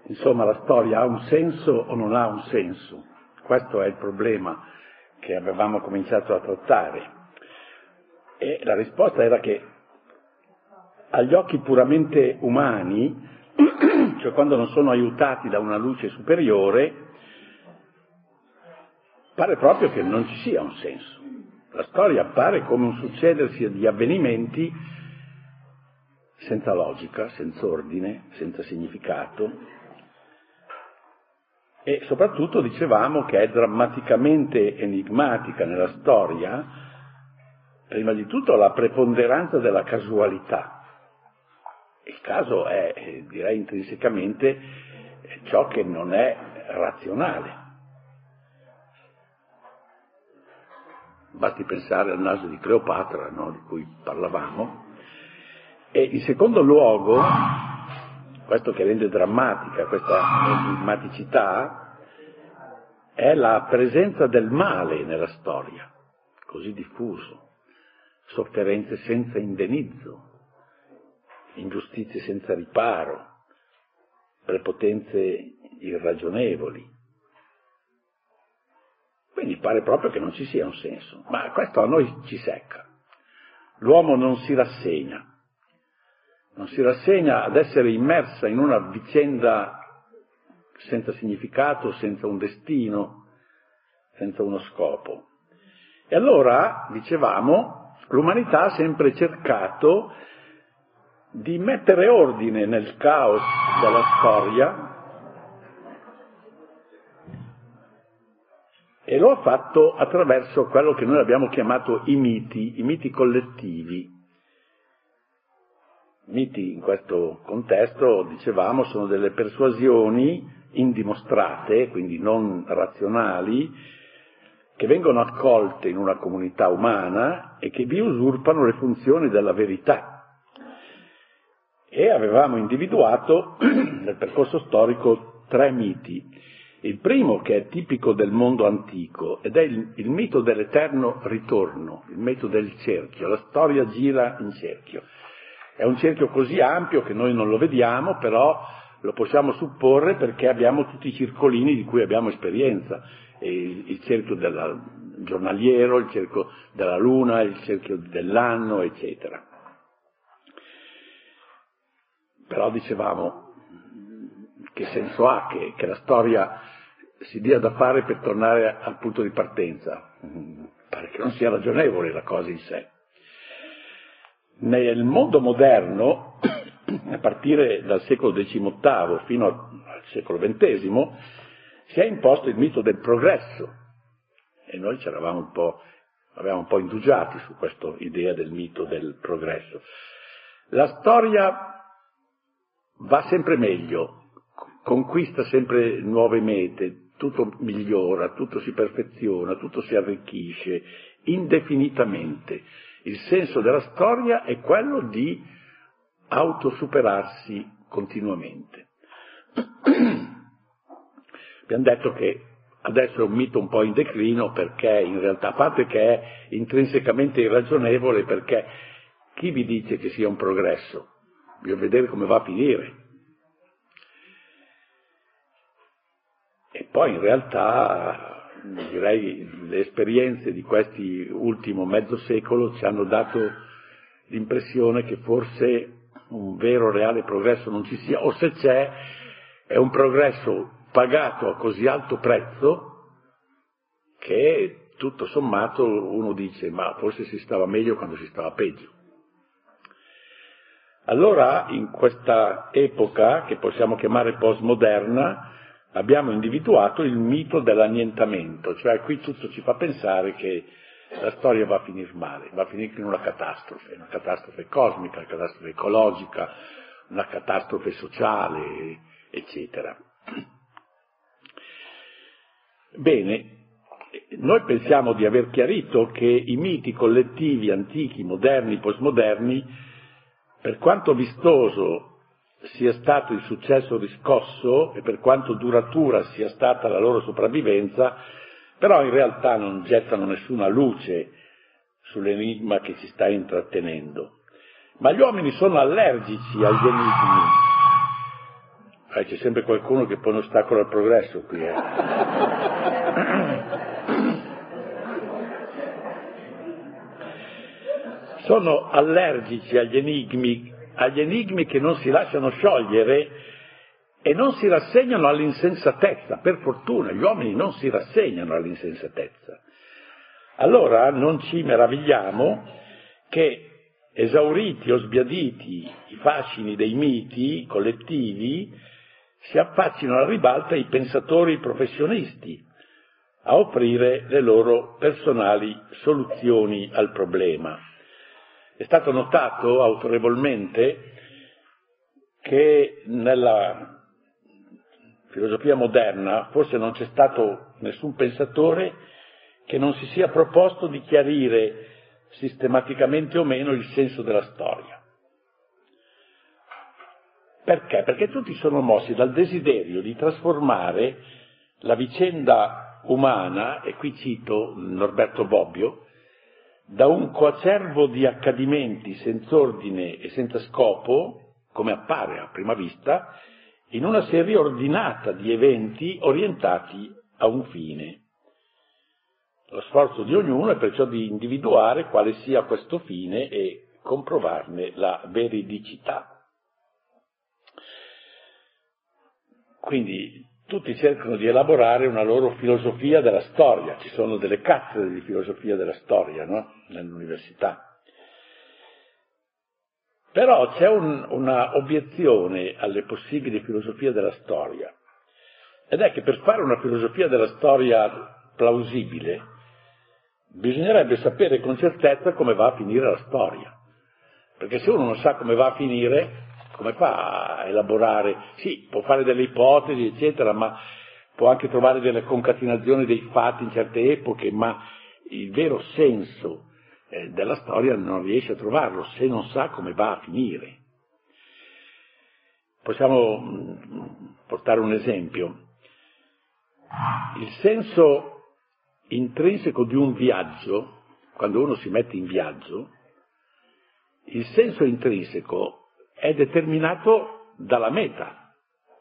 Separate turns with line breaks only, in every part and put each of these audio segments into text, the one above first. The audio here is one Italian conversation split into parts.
Insomma, la storia ha un senso o non ha un senso? Questo è il problema che avevamo cominciato a trattare. E la risposta era che agli occhi puramente umani, cioè quando non sono aiutati da una luce superiore, pare proprio che non ci sia un senso. La storia appare come un succedersi di avvenimenti senza logica, senza ordine, senza significato. E soprattutto dicevamo che è drammaticamente enigmatica nella storia, prima di tutto, la preponderanza della casualità. Il caso è, direi intrinsecamente, ciò che non è razionale. Basti pensare al naso di Cleopatra, no, di cui parlavamo. E in secondo luogo, questo che rende drammatica questa enigmaticità, è la presenza del male nella storia, così diffuso, sofferenze senza indennizzo, ingiustizie senza riparo, prepotenze irragionevoli. Quindi pare proprio che non ci sia un senso, ma questo a noi ci secca. L'uomo non si rassegna ad essere immersa in una vicenda senza significato, senza un destino, senza uno scopo. E allora, dicevamo, l'umanità ha sempre cercato di mettere ordine nel caos della storia e lo ha fatto attraverso quello che noi abbiamo chiamato i miti collettivi. Miti in questo contesto, dicevamo, sono delle persuasioni indimostrate, quindi non razionali, che vengono accolte in una comunità umana e che vi usurpano le funzioni della verità. E avevamo individuato nel percorso storico 3 miti. Il primo, che è tipico del mondo antico, ed è il mito dell'eterno ritorno, il mito del cerchio. La storia gira in cerchio. È un cerchio così ampio che noi non lo vediamo, però lo possiamo supporre perché abbiamo tutti i circolini di cui abbiamo esperienza. Il cerchio giornaliero, il cerchio della luna, il cerchio dell'anno, eccetera. Però dicevamo, che senso ha che la storia si dia da fare per tornare al punto di partenza? Pare che non sia ragionevole la cosa in sé. Nel mondo moderno, a partire dal secolo XVIII fino al secolo XX, si è imposto il mito del progresso e noi avevamo un po' indugiati su questa idea del mito del progresso. La storia va sempre meglio, conquista sempre nuove mete, tutto migliora, tutto si perfeziona, tutto si arricchisce indefinitamente. Il senso della storia è quello di autosuperarsi continuamente. Abbiamo detto che adesso è un mito un po' in declino perché in realtà, a parte che è intrinsecamente irragionevole, perché chi vi dice che sia un progresso? Bisogna vedere come va a finire. E poi in realtà, direi, le esperienze di questi ultimo mezzo secolo ci hanno dato l'impressione che forse un vero reale progresso non ci sia, o se c'è, è un progresso pagato a così alto prezzo che tutto sommato uno dice ma forse si stava meglio quando si stava peggio. Allora in questa epoca che possiamo chiamare postmoderna abbiamo individuato il mito dell'annientamento, cioè qui tutto ci fa pensare che la storia va a finire male, va a finire in una catastrofe cosmica, una catastrofe ecologica, una catastrofe sociale, eccetera. Bene, noi pensiamo di aver chiarito che i miti collettivi antichi, moderni, postmoderni, per quanto vistoso sia stato il successo riscosso e per quanto duratura sia stata la loro sopravvivenza, però in realtà non gettano nessuna luce sull'enigma che ci sta intrattenendo. Ma gli uomini sono allergici agli enigmi, C'è sempre qualcuno che pone ostacolo al progresso qui. Sono allergici agli enigmi che non si lasciano sciogliere e non si rassegnano all'insensatezza. Per fortuna gli uomini non si rassegnano all'insensatezza. Allora non ci meravigliamo che, esauriti o sbiaditi i fascini dei miti collettivi, si affaccino alla ribalta i pensatori professionisti a offrire le loro personali soluzioni al problema. È stato notato autorevolmente che nella filosofia moderna forse non c'è stato nessun pensatore che non si sia proposto di chiarire sistematicamente o meno il senso della storia. Perché? Perché tutti sono mossi dal desiderio di trasformare la vicenda umana, e qui cito Norberto Bobbio, da un coacervo di accadimenti senza ordine e senza scopo, come appare a prima vista, in una serie ordinata di eventi orientati a un fine. Lo sforzo di ognuno è perciò di individuare quale sia questo fine e comprovarne la veridicità. Quindi tutti cercano di elaborare una loro filosofia della storia, ci sono delle cattedre di filosofia della storia, no? Nell'università. Però c'è una obiezione alle possibili filosofie della storia, ed è che per fare una filosofia della storia plausibile bisognerebbe sapere con certezza come va a finire la storia, perché se uno non sa come va a finire, come fa a elaborare? Sì, può fare delle ipotesi, eccetera, ma può anche trovare delle concatenazioni dei fatti in certe epoche, ma il vero senso della storia non riesce a trovarlo se non sa come va a finire. Possiamo portare un esempio. Il senso intrinseco di un viaggio, quando uno si mette in viaggio, il senso intrinseco è determinato dalla meta.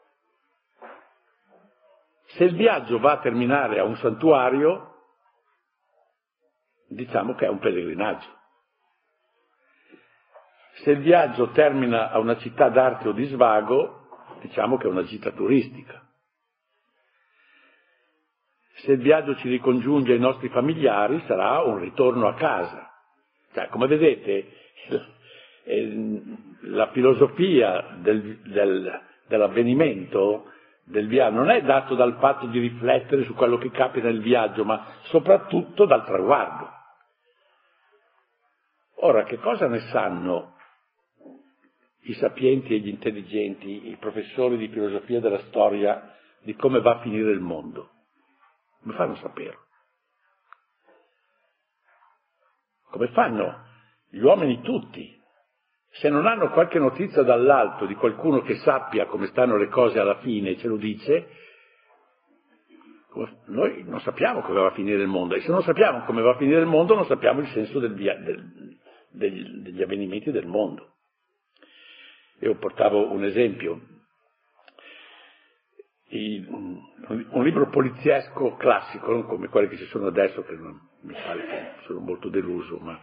Se il viaggio va a terminare a un santuario, diciamo che è un pellegrinaggio. Se il viaggio termina a una città d'arte o di svago, diciamo che è una gita turistica. Se il viaggio ci ricongiunge ai nostri familiari, sarà un ritorno a casa. Cioè, come vedete, la filosofia dell'avvenimento, del viaggio, non è dato dal fatto di riflettere su quello che capita nel viaggio, ma soprattutto dal traguardo. Ora, che cosa ne sanno i sapienti e gli intelligenti, i professori di filosofia della storia, di come va a finire il mondo? Come fanno a saperlo? Come fanno gli uomini tutti? Se non hanno qualche notizia dall'alto di qualcuno che sappia come stanno le cose alla fine e ce lo dice, noi non sappiamo come va a finire il mondo, e se non sappiamo come va a finire il mondo non sappiamo il senso degli avvenimenti del mondo. Io portavo un esempio, un libro poliziesco classico, non come quelli che ci sono adesso, che non, mi pare che sono molto deluso, ma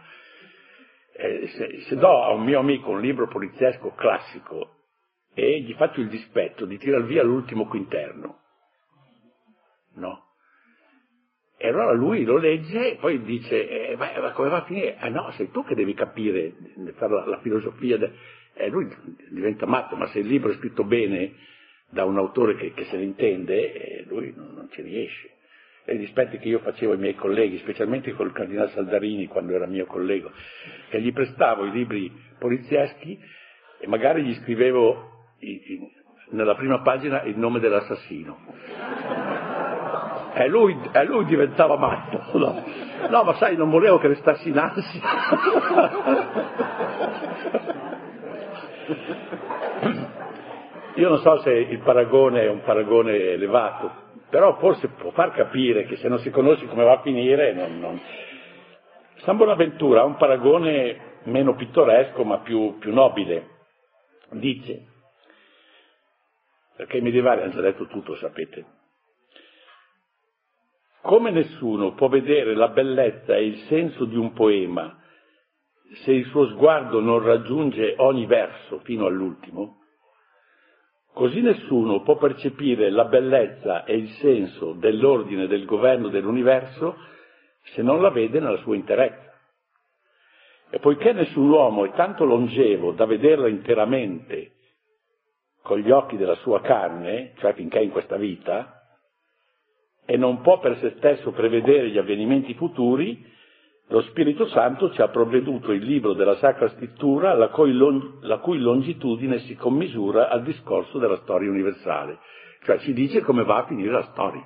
se do a un mio amico un libro poliziesco classico e gli faccio il dispetto di tirar via l'ultimo quinterno, no? E allora lui lo legge e poi dice, ma come va a finire? No, sei tu che devi capire, fare la filosofia, lui diventa matto, ma se il libro è scritto bene da un autore che se ne intende, lui non ci riesce. E i dispetti che io facevo ai miei colleghi, specialmente col cardinale Saldarini, quando era mio collega, che gli prestavo i libri polizieschi e magari gli scrivevo nella prima pagina il nome dell'assassino. E lui diventava matto. No, ma sai, non volevo che restassi in ansia. Io non so se il paragone è un paragone elevato, però forse può far capire che se non si conosce come va a finire, San Bonaventura ha un paragone meno pittoresco ma più nobile. Dice: perché i medievali hanno già detto tutto, sapete. Come nessuno può vedere la bellezza e il senso di un poema se il suo sguardo non raggiunge ogni verso fino all'ultimo, così nessuno può percepire la bellezza e il senso dell'ordine del governo dell'universo se non la vede nella sua interezza. E poiché nessun uomo è tanto longevo da vederla interamente con gli occhi della sua carne, cioè finché è in questa vita, e non può per se stesso prevedere gli avvenimenti futuri, lo Spirito Santo ci ha provveduto il libro della Sacra Scrittura, la cui longitudine si commisura al discorso della storia universale, cioè ci dice come va a finire la storia.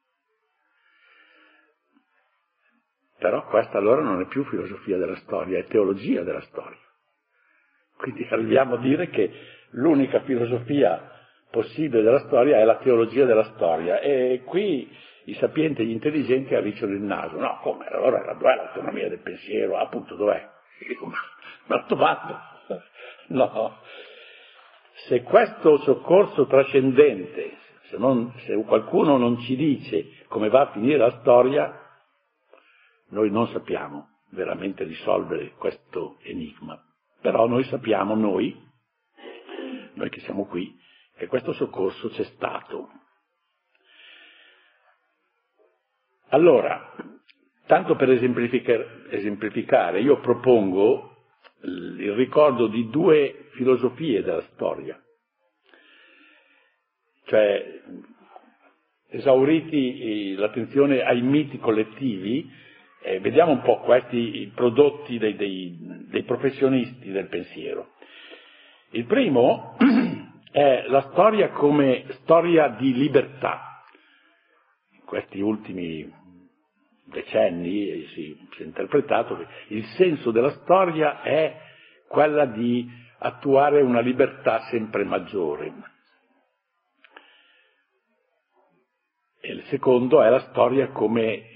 Però questa allora non è più filosofia della storia, è teologia della storia. Quindi arriviamo a dire che l'unica filosofia possibile della storia è la teologia della storia, e qui i sapienti e gli intelligenti arricciano il naso. No, come? Allora dov'è l'autonomia del pensiero? Appunto, dov'è? Me l'ho trovato. No. Se questo soccorso trascendente, se qualcuno non ci dice come va a finire la storia, noi non sappiamo veramente risolvere questo enigma. Però noi sappiamo, noi che siamo qui, che questo soccorso c'è stato. Allora, tanto per esemplificare, io propongo il ricordo di due filosofie della storia, cioè esauriti l'attenzione ai miti collettivi, vediamo un po' questi prodotti dei professionisti del pensiero. Il primo è la storia come storia di libertà. In questi ultimi decenni si è interpretato che il senso della storia è quella di attuare una libertà sempre maggiore. E il secondo è la storia come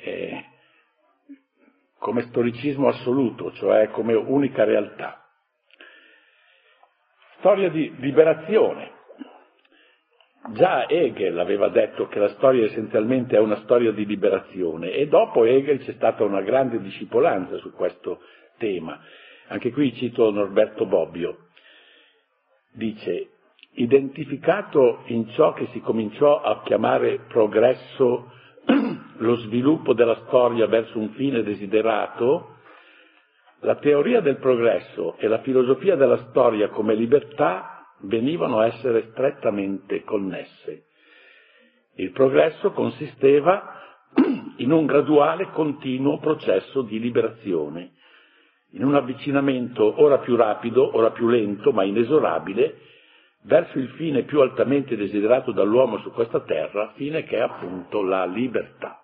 storicismo assoluto, cioè come unica realtà. Storia di liberazione. Già Hegel aveva detto che la storia essenzialmente è una storia di liberazione, e dopo Hegel c'è stata una grande discipolanza su questo tema. Anche qui cito Norberto Bobbio. Dice: identificato in ciò che si cominciò a chiamare progresso lo sviluppo della storia verso un fine desiderato, la teoria del progresso e la filosofia della storia come libertà venivano a essere strettamente connesse. Il progresso consisteva in un graduale, continuo processo di liberazione, in un avvicinamento ora più rapido, ora più lento, ma inesorabile, verso il fine più altamente desiderato dall'uomo su questa terra, fine che è appunto la libertà.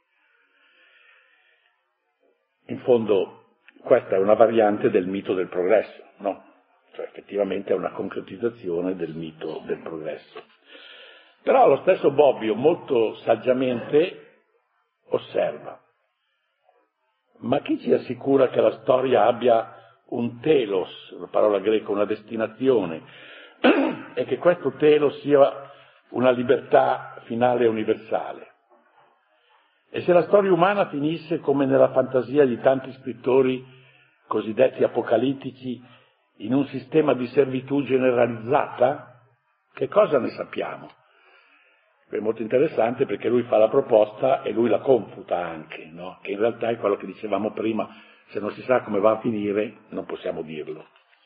In fondo, questa è una variante del mito del progresso, no? Cioè effettivamente è una concretizzazione del mito del progresso. Però lo stesso Bobbio molto saggiamente osserva: ma chi ci assicura che la storia abbia un telos, la parola greca, una destinazione, e che questo telos sia una libertà finale e universale? E se la storia umana finisse come nella fantasia di tanti scrittori cosiddetti apocalittici, in un sistema di servitù generalizzata, che cosa ne sappiamo? È molto interessante perché lui fa la proposta e lui la confuta anche, no? Che in realtà è quello che dicevamo prima: se non si sa come va a finire non possiamo dirlo.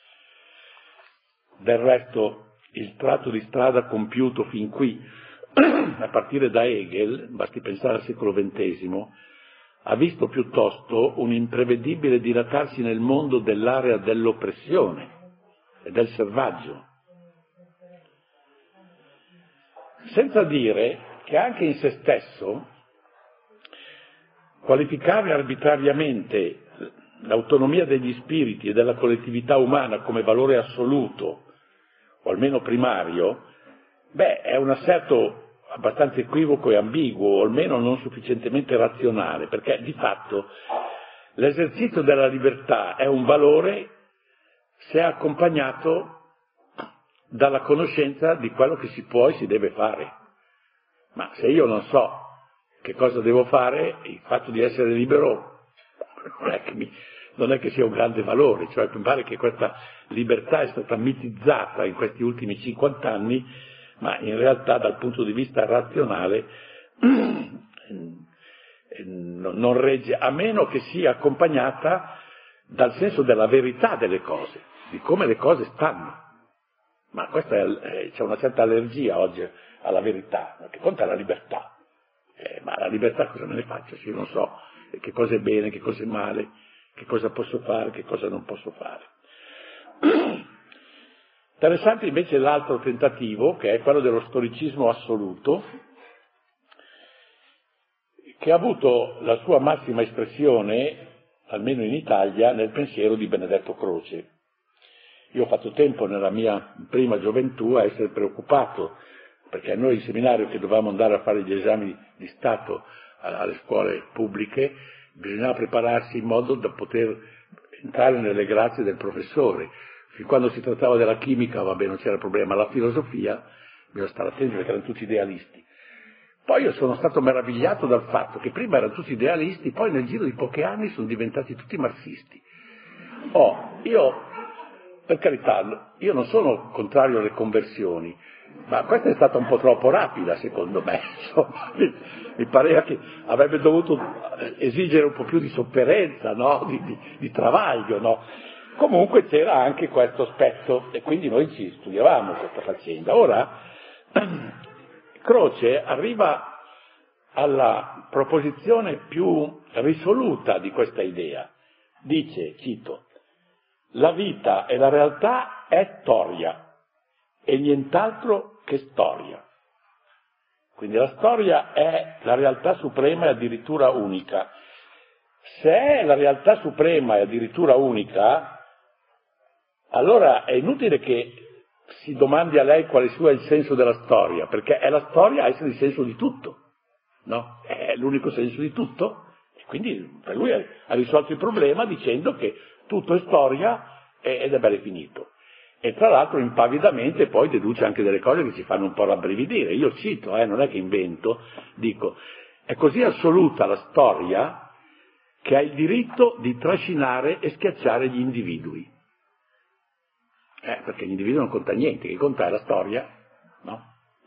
Del resto il tratto di strada compiuto fin qui, a partire da Hegel, basti pensare al secolo XX, ha visto piuttosto un imprevedibile dilatarsi nel mondo dell'area dell'oppressione e del selvaggio. Senza dire che anche in se stesso qualificare arbitrariamente l'autonomia degli spiriti e della collettività umana come valore assoluto, o almeno primario, è un asserto abbastanza equivoco e ambiguo, o almeno non sufficientemente razionale, perché di fatto l'esercizio della libertà è un valore se è accompagnato dalla conoscenza di quello che si può e si deve fare. Ma se io non so che cosa devo fare, il fatto di essere libero non è che sia un grande valore, cioè mi pare che questa libertà è stata mitizzata in questi ultimi 50 anni, ma in realtà dal punto di vista razionale non regge, a meno che sia accompagnata dal senso della verità delle cose, di come le cose stanno. Ma c'è una certa allergia oggi alla verità, che conta la libertà. Ma la libertà cosa me ne faccio se io non so che cosa è bene, che cosa è male, che cosa posso fare, che cosa non posso fare. Interessante invece l'altro tentativo, che è quello dello storicismo assoluto, che ha avuto la sua massima espressione, almeno in Italia, nel pensiero di Benedetto Croce. Io ho fatto tempo nella mia prima gioventù a essere preoccupato, perché noi in seminario che dovevamo andare a fare gli esami di Stato alle scuole pubbliche, bisognava prepararsi in modo da poter entrare nelle grazie del professore. Fin quando si trattava della chimica, vabbè, non c'era problema, la filosofia, bisogna stare attenti perché erano tutti idealisti. Poi io sono stato meravigliato dal fatto che prima erano tutti idealisti, poi nel giro di pochi anni sono diventati tutti marxisti. Io, per carità, io non sono contrario alle conversioni, ma questa è stata un po' troppo rapida, secondo me. Insomma, mi pareva che avrebbe dovuto esigere un po' più di sofferenza, no? di travaglio, no? Comunque c'era anche questo aspetto, e quindi noi ci studiavamo questa faccenda. Ora, Croce arriva alla proposizione più risoluta di questa idea. Dice, cito, la vita e la realtà è storia e nient'altro che storia. Quindi la storia è la realtà suprema e addirittura unica. Se è la realtà suprema e addirittura unica, allora è inutile che si domandi a lei quale sia il senso della storia, perché è la storia a essere il senso di tutto, no? È l'unico senso di tutto, e quindi per lui ha risolto il problema dicendo che tutto è storia ed è bene finito. E tra l'altro impavidamente poi deduce anche delle cose che ci fanno un po' rabbrividire. Io cito, non è che invento, dico, è così assoluta la storia che ha il diritto di trascinare e schiacciare gli individui. Perché l'individuo non conta niente, che conta è la storia, no?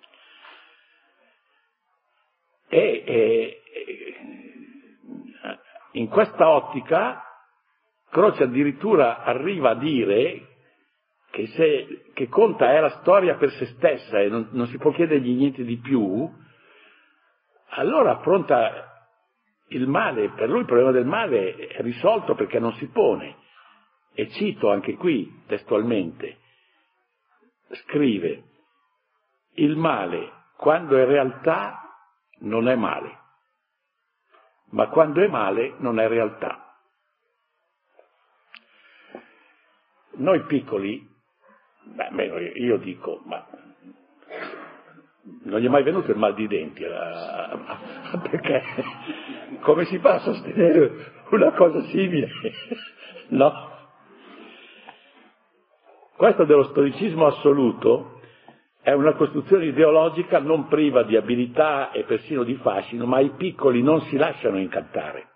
In questa ottica Croce addirittura arriva a dire che conta è la storia per se stessa e non si può chiedergli niente di più, allora affronta il male. Per lui il problema del male è risolto perché non si pone. E cito anche qui testualmente, scrive, il male quando è realtà non è male, ma quando è male non è realtà. Noi piccoli, io dico, ma non gli è mai venuto il mal di denti, perché come si fa a sostenere una cosa simile? No? Questo dello storicismo assoluto è una costruzione ideologica non priva di abilità e persino di fascino, ma i piccoli non si lasciano incantare.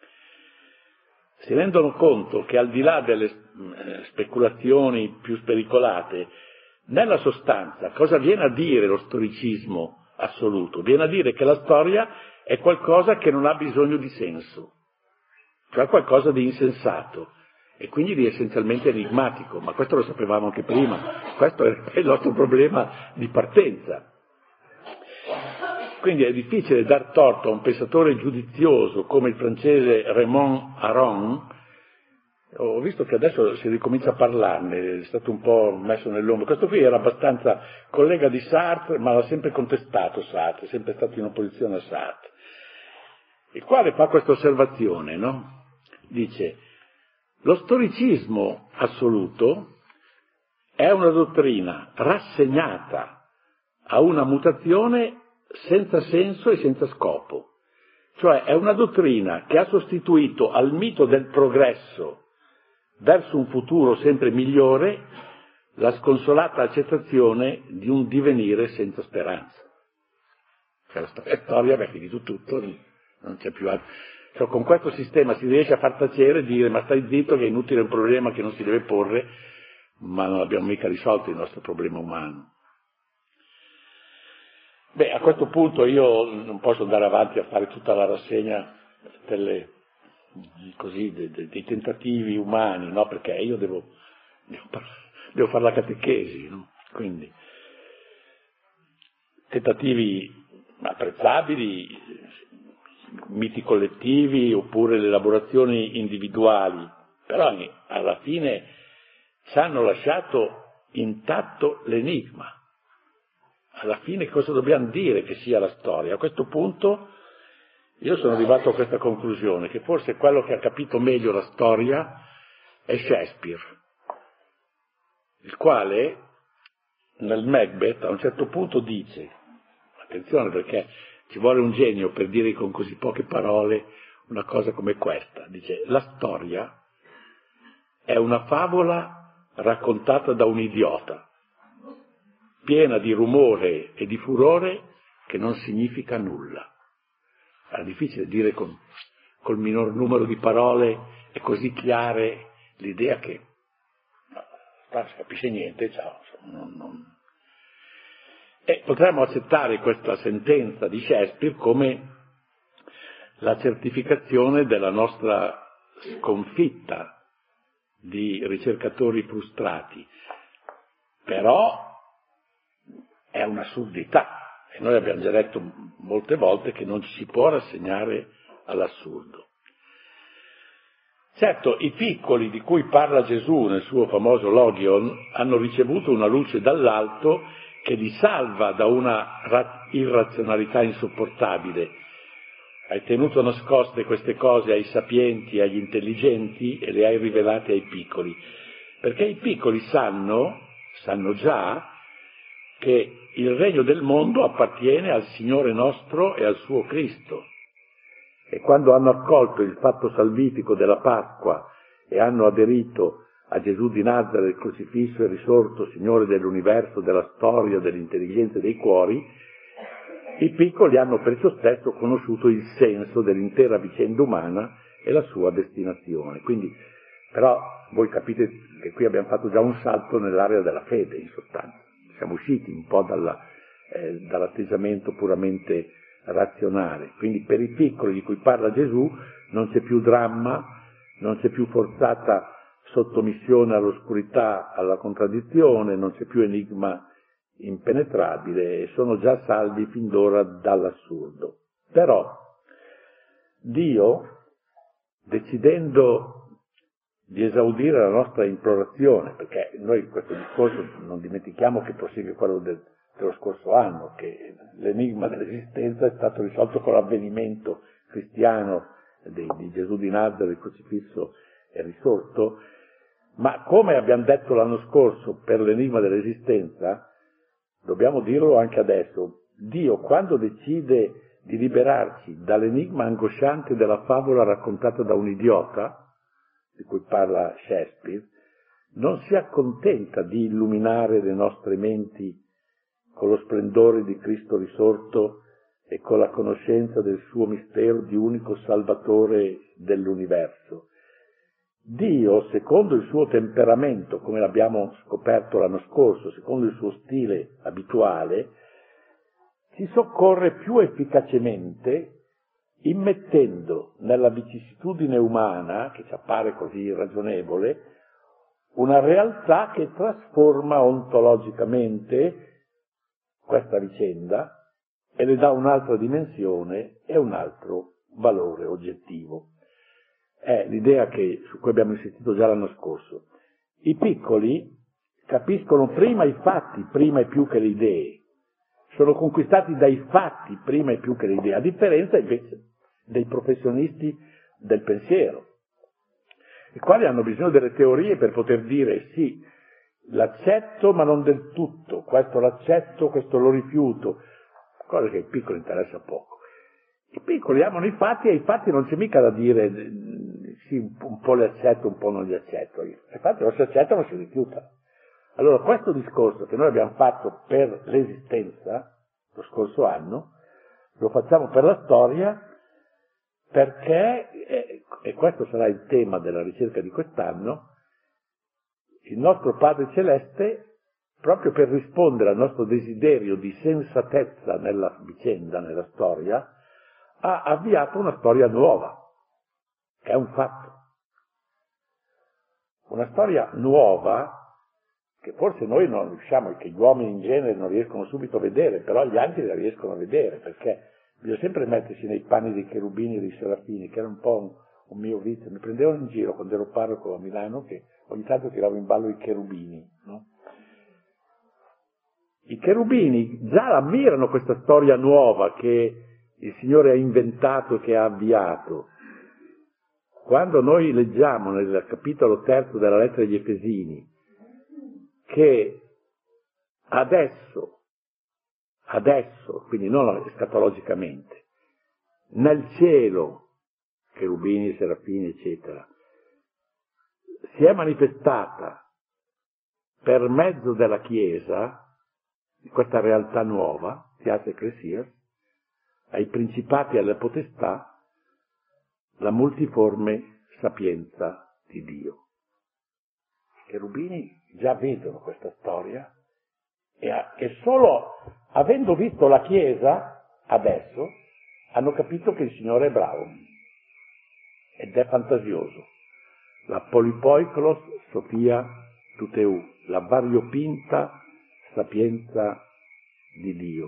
Si rendono conto che al di là delle speculazioni più spericolate, nella sostanza cosa viene a dire lo storicismo assoluto? Viene a dire che la storia è qualcosa che non ha bisogno di senso, cioè qualcosa di insensato. E quindi di essenzialmente enigmatico, ma questo lo sapevamo anche prima, questo è il nostro problema di partenza. Quindi è difficile dar torto a un pensatore giudizioso come il francese Raymond Aron. Ho visto che adesso si ricomincia a parlarne, è stato un po' messo nell'ombra. Questo qui era abbastanza collega di Sartre, ma l'ha sempre contestato Sartre, è sempre stato in opposizione a Sartre, il quale fa questa osservazione, no? Dice: lo storicismo assoluto è una dottrina rassegnata a una mutazione senza senso e senza scopo. Cioè è una dottrina che ha sostituito al mito del progresso verso un futuro sempre migliore la sconsolata accettazione di un divenire senza speranza. Cioè la storia è finito tutto, non c'è più altro. Cioè, con questo sistema si riesce a far tacere e dire ma stai zitto che è inutile, un problema che non si deve porre, ma non abbiamo mica risolto il nostro problema umano. Beh, a questo punto io non posso andare avanti a fare tutta la rassegna dei tentativi umani, no? Perché io devo fare la catechesi, no? Quindi tentativi apprezzabili, miti collettivi oppure le elaborazioni individuali, però alla fine ci hanno lasciato intatto l'enigma. Alla fine cosa dobbiamo dire che sia la storia? A questo punto io sono arrivato a questa conclusione, che forse quello che ha capito meglio la storia è Shakespeare, il quale nel Macbeth a un certo punto dice, attenzione perché ci vuole un genio per dire con così poche parole una cosa come questa, dice la storia è una favola raccontata da un idiota, piena di rumore e di furore che non significa nulla. Era difficile dire col minor numero di parole e così chiare l'idea che non si capisce niente, ciao. E potremmo accettare questa sentenza di Shakespeare come la certificazione della nostra sconfitta di ricercatori frustrati, però è un'assurdità e noi abbiamo già detto molte volte che non ci si può rassegnare all'assurdo. Certo, i piccoli di cui parla Gesù nel suo famoso Logion hanno ricevuto una luce dall'alto che li salva da una irrazionalità insopportabile. Hai tenuto nascoste queste cose ai sapienti e agli intelligenti e le hai rivelate ai piccoli, perché i piccoli sanno già che il regno del mondo appartiene al Signore nostro e al suo Cristo. E quando hanno accolto il fatto salvifico della Pasqua e hanno aderito a Gesù di Nazareth, crocifisso e risorto, Signore dell'universo, della storia, dell'intelligenza e dei cuori, i piccoli hanno perciò stesso conosciuto il senso dell'intera vicenda umana e la sua destinazione. Quindi, però, voi capite che qui abbiamo fatto già un salto nell'area della fede, in sostanza. Siamo usciti un po' dall'atteggiamento puramente razionale. Quindi per i piccoli di cui parla Gesù non c'è più dramma, non c'è più forzata sottomissione all'oscurità, alla contraddizione, non c'è più enigma impenetrabile e sono già salvi fin d'ora dall'assurdo. Però Dio, decidendo di esaudire la nostra implorazione, perché noi questo discorso non dimentichiamo che prosegue quello dello scorso anno, che l'enigma dell'esistenza è stato risolto con l'avvenimento cristiano di Gesù di Nazareth, crocifisso e risorto, ma come abbiamo detto l'anno scorso per l'enigma dell'esistenza, dobbiamo dirlo anche adesso, Dio quando decide di liberarci dall'enigma angosciante della favola raccontata da un idiota, di cui parla Shakespeare, non si accontenta di illuminare le nostre menti con lo splendore di Cristo risorto e con la conoscenza del suo mistero di unico Salvatore dell'universo. Dio, secondo il suo temperamento, come l'abbiamo scoperto l'anno scorso, secondo il suo stile abituale, ci soccorre più efficacemente immettendo nella vicissitudine umana, che ci appare così irragionevole, una realtà che trasforma ontologicamente questa vicenda e le dà un'altra dimensione e un altro valore oggettivo. È l'idea su cui abbiamo insistito già l'anno scorso. I piccoli capiscono prima i fatti, prima e più che le idee. Sono conquistati dai fatti prima e più che le idee, a differenza invece dei professionisti del pensiero, i quali hanno bisogno delle teorie per poter dire sì, l'accetto ma non del tutto, questo l'accetto, questo lo rifiuto, cosa che ai piccoli interessa poco. I piccoli amano i fatti e i fatti non c'è mica da dire sì, un po' li accetto, un po' non li accetto. I fatti o si accettano o si rifiutano. Allora, questo discorso che noi abbiamo fatto per l'esistenza, lo scorso anno, lo facciamo per la storia, perché, e questo sarà il tema della ricerca di quest'anno, il nostro Padre Celeste, proprio per rispondere al nostro desiderio di sensatezza nella vicenda, nella storia, ha avviato una storia nuova, che è un fatto. Una storia nuova che forse noi non riusciamo, che gli uomini in genere non riescono subito a vedere, però gli angeli la riescono a vedere, perché bisogna sempre mettersi nei panni dei cherubini e dei serafini, che era un po' un mio vizio. Mi prendevano in giro quando ero parroco a Milano, che ogni tanto tiravo in ballo i cherubini, no? I cherubini già ammirano questa storia nuova che il Signore ha inventato e che ha avviato. Quando noi leggiamo nel capitolo 3 della lettera agli Efesini che adesso, quindi non escatologicamente, nel cielo, cherubini, serafini, eccetera, si è manifestata per mezzo della Chiesa, di questa realtà nuova, Theas Ecclesias, ai principati e alle potestà, la multiforme sapienza di Dio. I cherubini già vedono questa storia e solo avendo visto la Chiesa, adesso, hanno capito che il Signore è bravo ed è fantasioso. La polipoiklos Sofia Tuteu, la variopinta sapienza di Dio.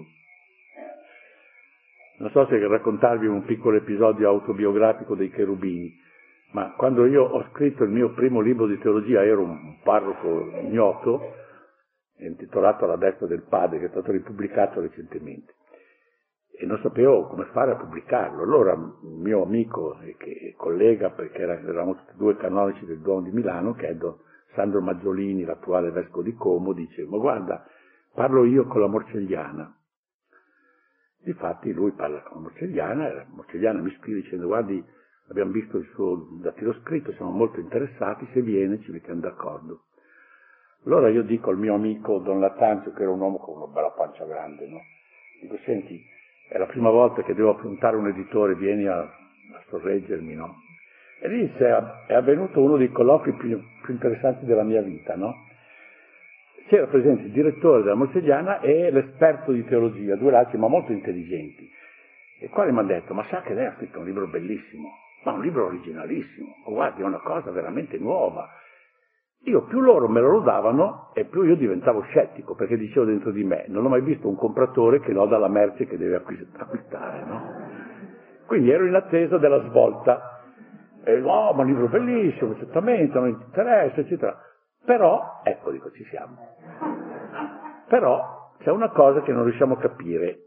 Non so se raccontarvi un piccolo episodio autobiografico dei cherubini, ma quando io ho scritto il mio primo libro di teologia, ero un parroco ignoto, intitolato Alla destra del Padre, che è stato ripubblicato recentemente, e non sapevo come fare a pubblicarlo. Allora un mio amico e collega, perché eravamo tutti e due canonici del Duomo di Milano, che è Sandro Maggiolini, l'attuale vescovo di Como, dice: ma guarda, parlo io con la Morcelliana. Difatti lui parla con la Morcelliana, e la Morcelliana mi scrive dicendo: guardi, abbiamo visto il suo datilo scritto, siamo molto interessati, se viene ci mettiamo d'accordo. Allora io dico al mio amico Don Lattanzio, che era un uomo con una bella pancia grande, no? Dico: senti, è la prima volta che devo affrontare un editore, vieni a sorreggermi, no? E lì è avvenuto uno dei colloqui più interessanti della mia vita, no? C'era presente il direttore della Morcelliana e l'esperto di teologia, due laici ma molto intelligenti, i quali mi hanno detto: ma sa che lei ha scritto un libro bellissimo, ma un libro originalissimo, guardi, è una cosa veramente nuova. Io più loro me lo lodavano e più io diventavo scettico, perché dicevo dentro di me: non ho mai visto un compratore che loda la merce che deve acquistare, no? Quindi ero in attesa della svolta. E ma un libro bellissimo, certamente, non mi interessa, eccetera. Però, ecco, dico, ci siamo. Però c'è una cosa che non riusciamo a capire.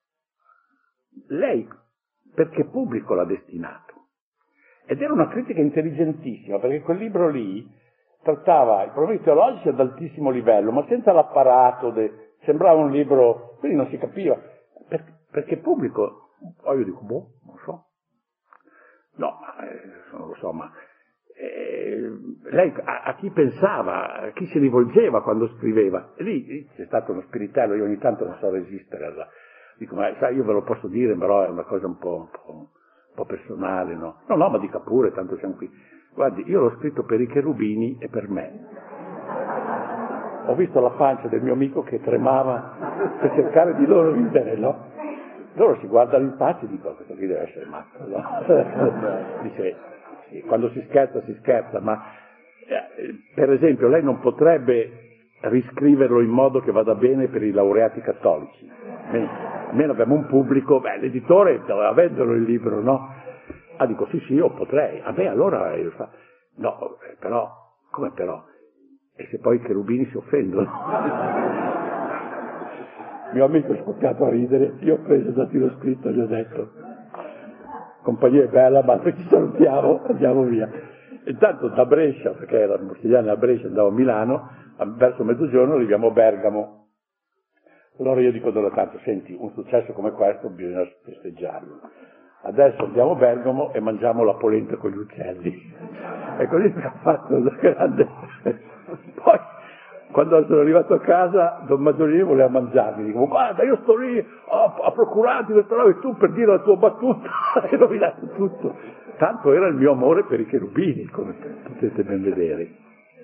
Lei, perché pubblico l'ha destinato? Ed era una critica intelligentissima, perché quel libro lì trattava i problemi teologici ad altissimo livello, ma senza l'apparato, sembrava un libro, quindi non si capiva. Perché pubblico? Poi io dico: boh, non so. No, non lo so, ma lei a chi pensava, a chi si rivolgeva quando scriveva? E lì c'è stato uno spiritello, io ogni tanto non so resistere dico: ma sai, io ve lo posso dire, però è una cosa un po' personale, no? No, ma dica pure, tanto siamo qui. Guardi, io l'ho scritto per i cherubini e per me. Ho visto la pancia del mio amico che tremava per cercare di loro ridere, no? Loro si guardano in faccia e dicono: questo qui deve essere matto, no? Dice: sì, quando si scherza, ma per esempio lei non potrebbe riscriverlo in modo che vada bene per i laureati cattolici. Almeno abbiamo un pubblico, l'editore doveva venderlo il libro, no? Ah, dico: sì, io potrei. Allora io no, però, come però? E se poi i cherubini si offendono? Mio amico è scoppiato a ridere, io ho preso il datilo scritto e gli ho detto: compagnia è bella, ma noi ci salutiamo, andiamo via. Intanto da Brescia, perché la Morcelliana a Brescia, andavo a Milano, verso mezzogiorno arriviamo a Bergamo. Allora io dico: Don Lattanzio, senti, un successo come questo bisogna festeggiarlo. Adesso andiamo a Bergamo e mangiamo la polenta con gli uccelli. E così mi ha fatto una grande... Quando sono arrivato a casa, Don Maggiolini voleva mangiarmi, dico, guarda, io sto lì a procurarti questa roba e tu per dire la tua battuta hai rovinato tutto. Tanto era il mio amore per i cherubini, come potete ben vedere.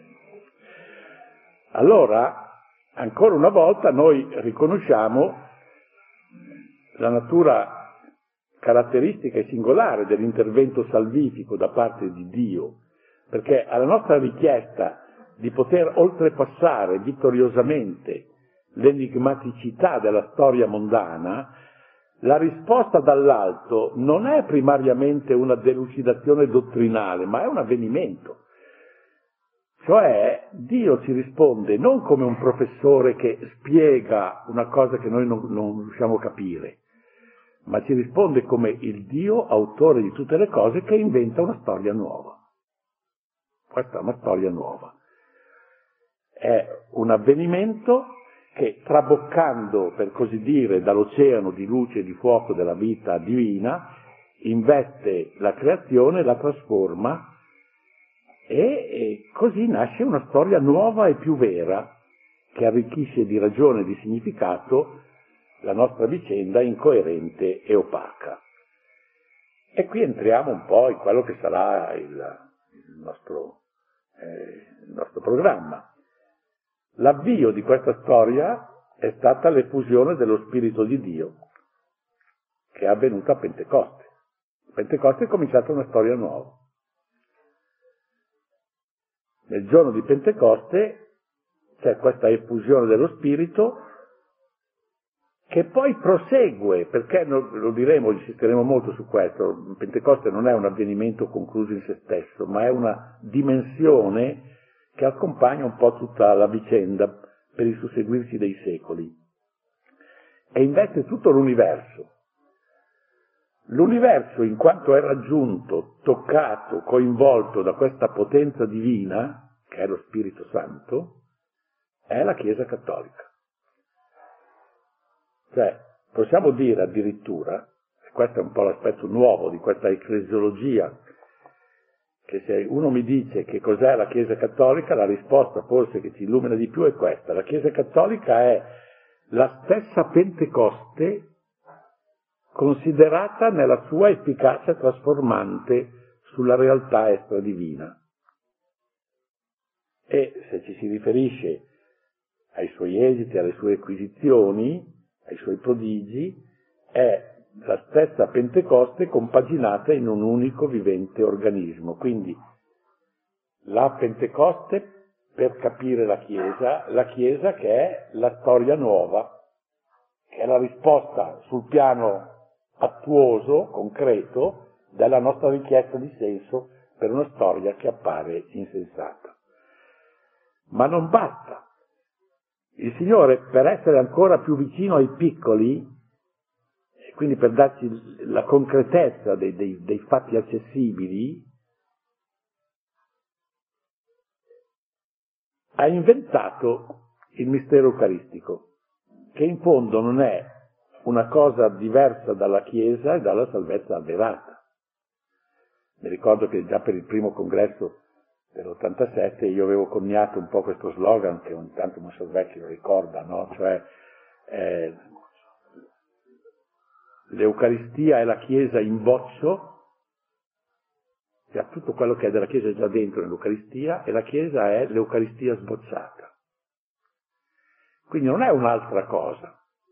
Allora, ancora una volta, noi riconosciamo la natura caratteristica e singolare dell'intervento salvifico da parte di Dio, perché alla nostra richiesta di poter oltrepassare vittoriosamente l'enigmaticità della storia mondana, la risposta dall'alto non è primariamente una delucidazione dottrinale, ma è un avvenimento. Cioè, Dio ci risponde non come un professore che spiega una cosa che noi non riusciamo a capire, ma ci risponde come il Dio, autore di tutte le cose, che inventa una storia nuova. Questa è una storia nuova. È un avvenimento che, traboccando, per così dire, dall'oceano di luce e di fuoco della vita divina, investe la creazione, la trasforma e così nasce una storia nuova e più vera che arricchisce di ragione e di significato la nostra vicenda incoerente e opaca. E qui entriamo un po' in quello che sarà il nostro programma. L'avvio di questa storia è stata l'effusione dello Spirito di Dio, che è avvenuta a Pentecoste. A Pentecoste è cominciata una storia nuova. Nel giorno di Pentecoste c'è questa effusione dello Spirito che poi prosegue, perché lo diremo, insisteremo molto su questo. Pentecoste non è un avvenimento concluso in se stesso, ma è una dimensione che accompagna un po' tutta la vicenda per il susseguirsi dei secoli. E investe tutto l'universo. L'universo, in quanto è raggiunto, toccato, coinvolto da questa potenza divina, che è lo Spirito Santo, è la Chiesa Cattolica. Cioè, possiamo dire addirittura, e questo è un po' l'aspetto nuovo di questa ecclesiologia, che se uno mi dice che cos'è la Chiesa Cattolica, la risposta forse che ci illumina di più è questa. La Chiesa Cattolica è la stessa Pentecoste considerata nella sua efficacia trasformante sulla realtà extradivina. E se ci si riferisce ai suoi esiti, alle sue acquisizioni, ai suoi prodigi, è la stessa Pentecoste compaginata in un unico vivente organismo. Quindi la Pentecoste per capire la Chiesa che è la storia nuova, che è la risposta sul piano attuoso, concreto, della nostra richiesta di senso per una storia che appare insensata. Ma non basta. Il Signore, per essere ancora più vicino ai piccoli, e quindi per darci la concretezza dei fatti accessibili, ha inventato il mistero eucaristico, che in fondo non è una cosa diversa dalla Chiesa e dalla salvezza avverata. Mi ricordo che già per il primo congresso dell'87 io avevo coniato un po' questo slogan che ogni tanto Mossalvecchi lo ricorda, no? Cioè l'Eucaristia è la Chiesa in boccio, cioè tutto quello che è della Chiesa è già dentro nell'Eucaristia, e la Chiesa è l'Eucaristia sbocciata. Quindi non è un'altra cosa.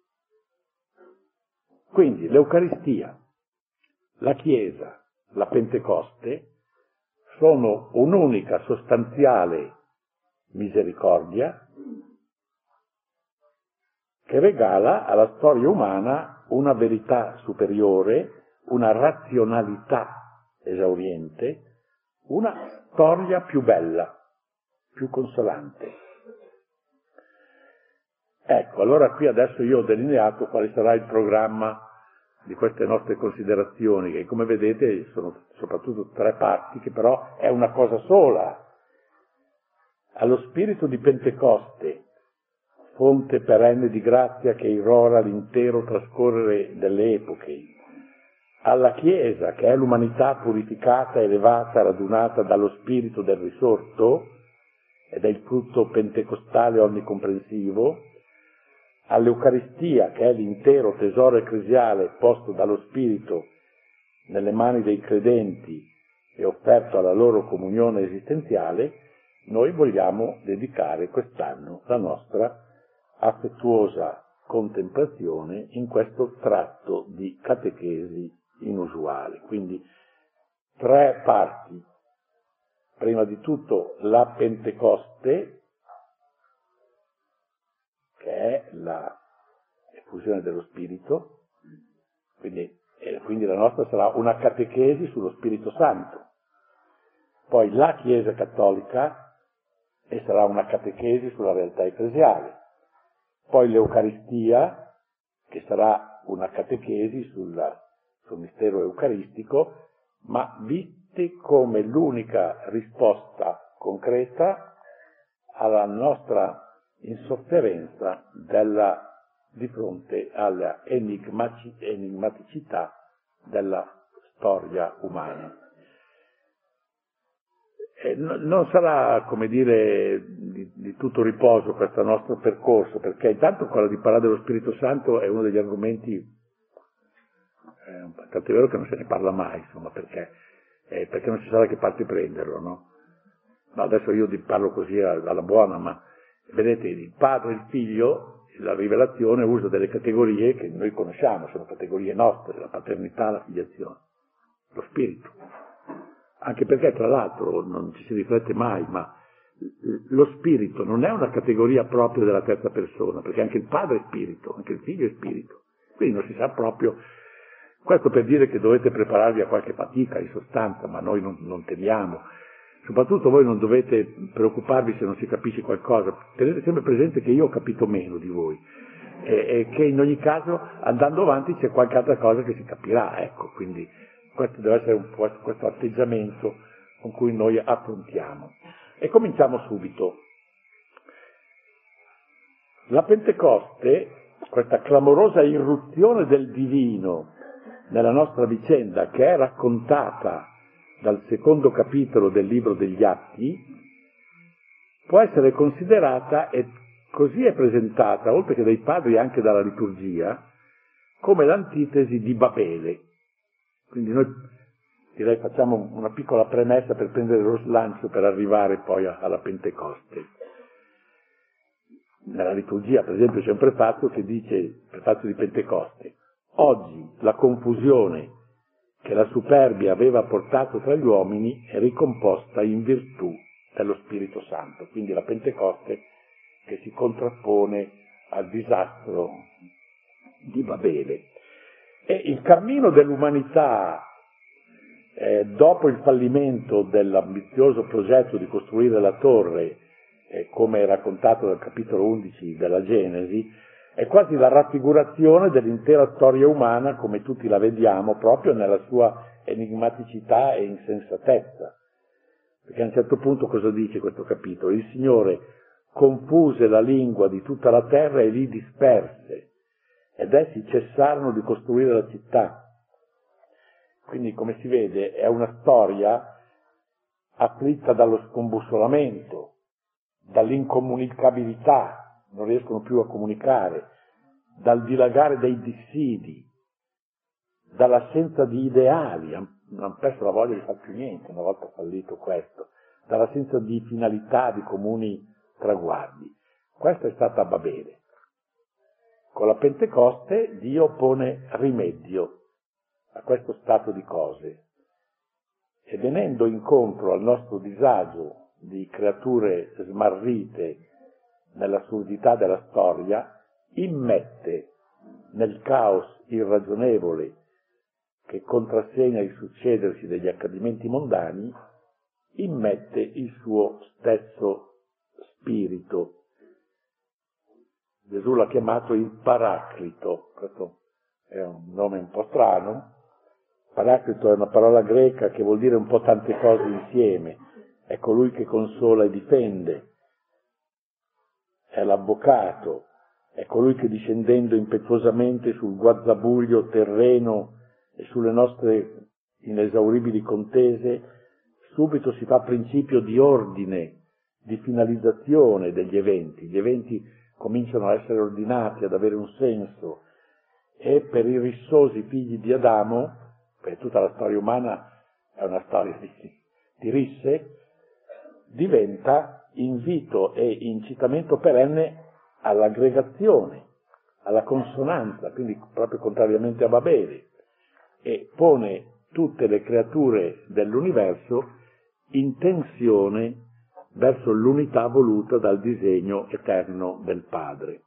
Quindi l'Eucaristia, la Chiesa, la Pentecoste sono un'unica sostanziale misericordia che regala alla storia umana una verità superiore, una razionalità esauriente, una storia più bella, più consolante. Ecco, allora qui adesso io ho delineato quale sarà il programma di queste nostre considerazioni, che come vedete sono soprattutto 3 parti, che però è una cosa sola. Allo spirito di Pentecoste, fonte perenne di grazia che irrora l'intero trascorrere delle epoche, alla Chiesa, che è l'umanità purificata, elevata, radunata dallo spirito del risorto, ed è il frutto pentecostale onnicomprensivo, all'Eucaristia, che è l'intero tesoro ecclesiale posto dallo Spirito nelle mani dei credenti e offerto alla loro comunione esistenziale, noi vogliamo dedicare quest'anno la nostra affettuosa contemplazione in questo tratto di catechesi inusuale. Quindi 3 parti. Prima di tutto la Pentecoste, che è la effusione dello Spirito, quindi la nostra sarà una catechesi sullo Spirito Santo. Poi la Chiesa Cattolica, e sarà una catechesi sulla realtà ecclesiale. Poi l'Eucaristia, che sarà una catechesi sul mistero eucaristico, ma viste come l'unica risposta concreta alla nostra insofferenza di fronte alla enigmaticità della storia umana. Non sarà, come dire, di tutto riposo questo nostro percorso, perché intanto quello di parlare dello Spirito Santo è uno degli argomenti, tanto è vero che non se ne parla mai, insomma, perché non si sa da che parte prenderlo, no? No, adesso io parlo così alla buona, ma vedete, il padre e il figlio, la rivelazione usa delle categorie che noi conosciamo, sono categorie nostre, la paternità, la filiazione, lo spirito. Anche perché, tra l'altro, non ci si riflette mai, ma lo spirito non è una categoria proprio della terza persona, perché anche il padre è spirito, anche il figlio è spirito. Quindi non si sa proprio. Questo per dire che dovete prepararvi a qualche fatica, in sostanza, ma noi non temiamo. Soprattutto voi non dovete preoccuparvi se non si capisce qualcosa. Tenete sempre presente che io ho capito meno di voi e che in ogni caso, andando avanti, c'è qualche altra cosa che si capirà, ecco, quindi questo deve essere questo atteggiamento con cui noi affrontiamo. E cominciamo subito. La Pentecoste, questa clamorosa irruzione del divino nella nostra vicenda, che è raccontata dal 2° capitolo del libro degli Atti, può essere considerata, e così è presentata, oltre che dai padri anche dalla liturgia, come l'antitesi di Babele. Quindi noi direi facciamo una piccola premessa per prendere lo slancio per arrivare poi alla Pentecoste. Nella liturgia, per esempio, c'è un prefazione che dice, prefazione di Pentecoste: oggi la confusione che la superbia aveva portato tra gli uomini è ricomposta in virtù dello Spirito Santo. Quindi la Pentecoste che si contrappone al disastro di Babele. E il cammino dell'umanità, dopo il fallimento dell'ambizioso progetto di costruire la torre, come è raccontato nel capitolo 11 della Genesi, è quasi la raffigurazione dell'intera storia umana come tutti la vediamo, proprio nella sua enigmaticità e insensatezza. Perché a un certo punto cosa dice questo capitolo? Il Signore confuse la lingua di tutta la terra e li disperse, ed essi cessarono di costruire la città. Quindi, come si vede, è una storia afflitta dallo scombussolamento, dall'incomunicabilità, non riescono più a comunicare, dal dilagare dei dissidi, dall'assenza di ideali, hanno perso la voglia di fare più niente una volta fallito questo, dall'assenza di finalità, di comuni traguardi. Questa è stata Babele. Con la Pentecoste Dio pone rimedio a questo stato di cose e, venendo incontro al nostro disagio di creature smarrite nell'assurdità della storia, immette nel caos irragionevole che contrassegna il succedersi degli accadimenti mondani, immette il suo stesso spirito. Gesù l'ha chiamato il Paraclito, questo è un nome un po' strano. Paraclito è una parola greca che vuol dire un po' tante cose insieme. È colui che consola e difende, è l'avvocato, è colui che, discendendo impetuosamente sul guazzabuglio terreno e sulle nostre inesauribili contese, subito si fa principio di ordine, di finalizzazione degli eventi. Gli eventi cominciano a essere ordinati, ad avere un senso, e per i rissosi figli di Adamo, per tutta la storia umana è una storia di risse, diventa invito e incitamento perenne all'aggregazione, alla consonanza, quindi proprio contrariamente a Babele, e pone tutte le creature dell'universo in tensione verso l'unità voluta dal disegno eterno del Padre.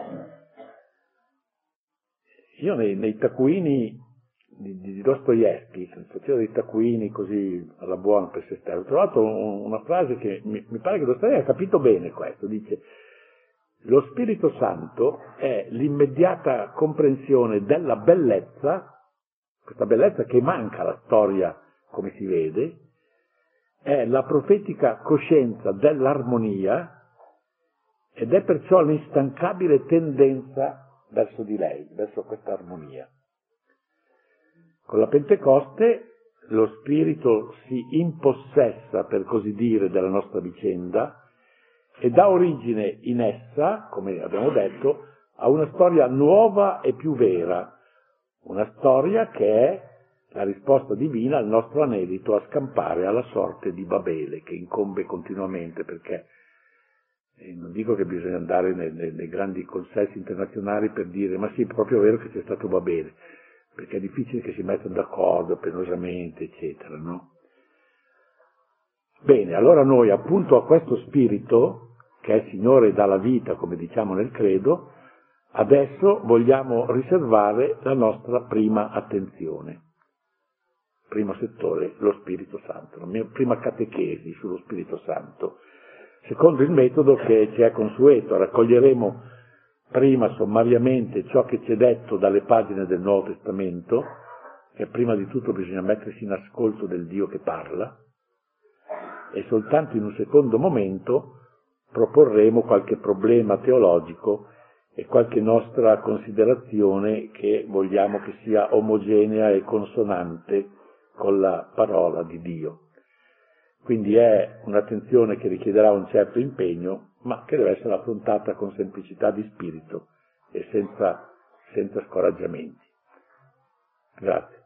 Io nei taccuini di Dostoevskij, faceva dei taccuini così alla buona per se stesso, ho trovato una frase che mi pare che Dostoevskij ha capito bene questo, dice: lo Spirito Santo è l'immediata comprensione della bellezza, questa bellezza che manca alla storia come si vede, è la profetica coscienza dell'armonia ed è perciò l'instancabile tendenza verso di lei, verso questa armonia. Con la Pentecoste lo Spirito si impossessa, per così dire, della nostra vicenda e dà origine in essa, come abbiamo detto, a una storia nuova e più vera, una storia che è la risposta divina al nostro anelito a scampare alla sorte di Babele, che incombe continuamente, perché non dico che bisogna andare nei grandi consessi internazionali per dire ma sì, è proprio vero che c'è stato Babele, perché è difficile che si mettano d'accordo penosamente, eccetera, no? Bene, allora noi appunto a questo spirito, che è Signore e dà la vita, come diciamo nel credo, adesso vogliamo riservare la nostra prima attenzione. Primo settore, lo Spirito Santo, la mia prima catechesi sullo Spirito Santo, secondo il metodo che ci è consueto. Raccoglieremo prima sommariamente ciò che ci è detto dalle pagine del Nuovo Testamento, che prima di tutto bisogna mettersi in ascolto del Dio che parla, e soltanto in un secondo momento proporremo qualche problema teologico e qualche nostra considerazione che vogliamo che sia omogenea e consonante con la parola di Dio. Quindi è un'attenzione che richiederà un certo impegno, ma che deve essere affrontata con semplicità di spirito e senza scoraggiamenti. Grazie.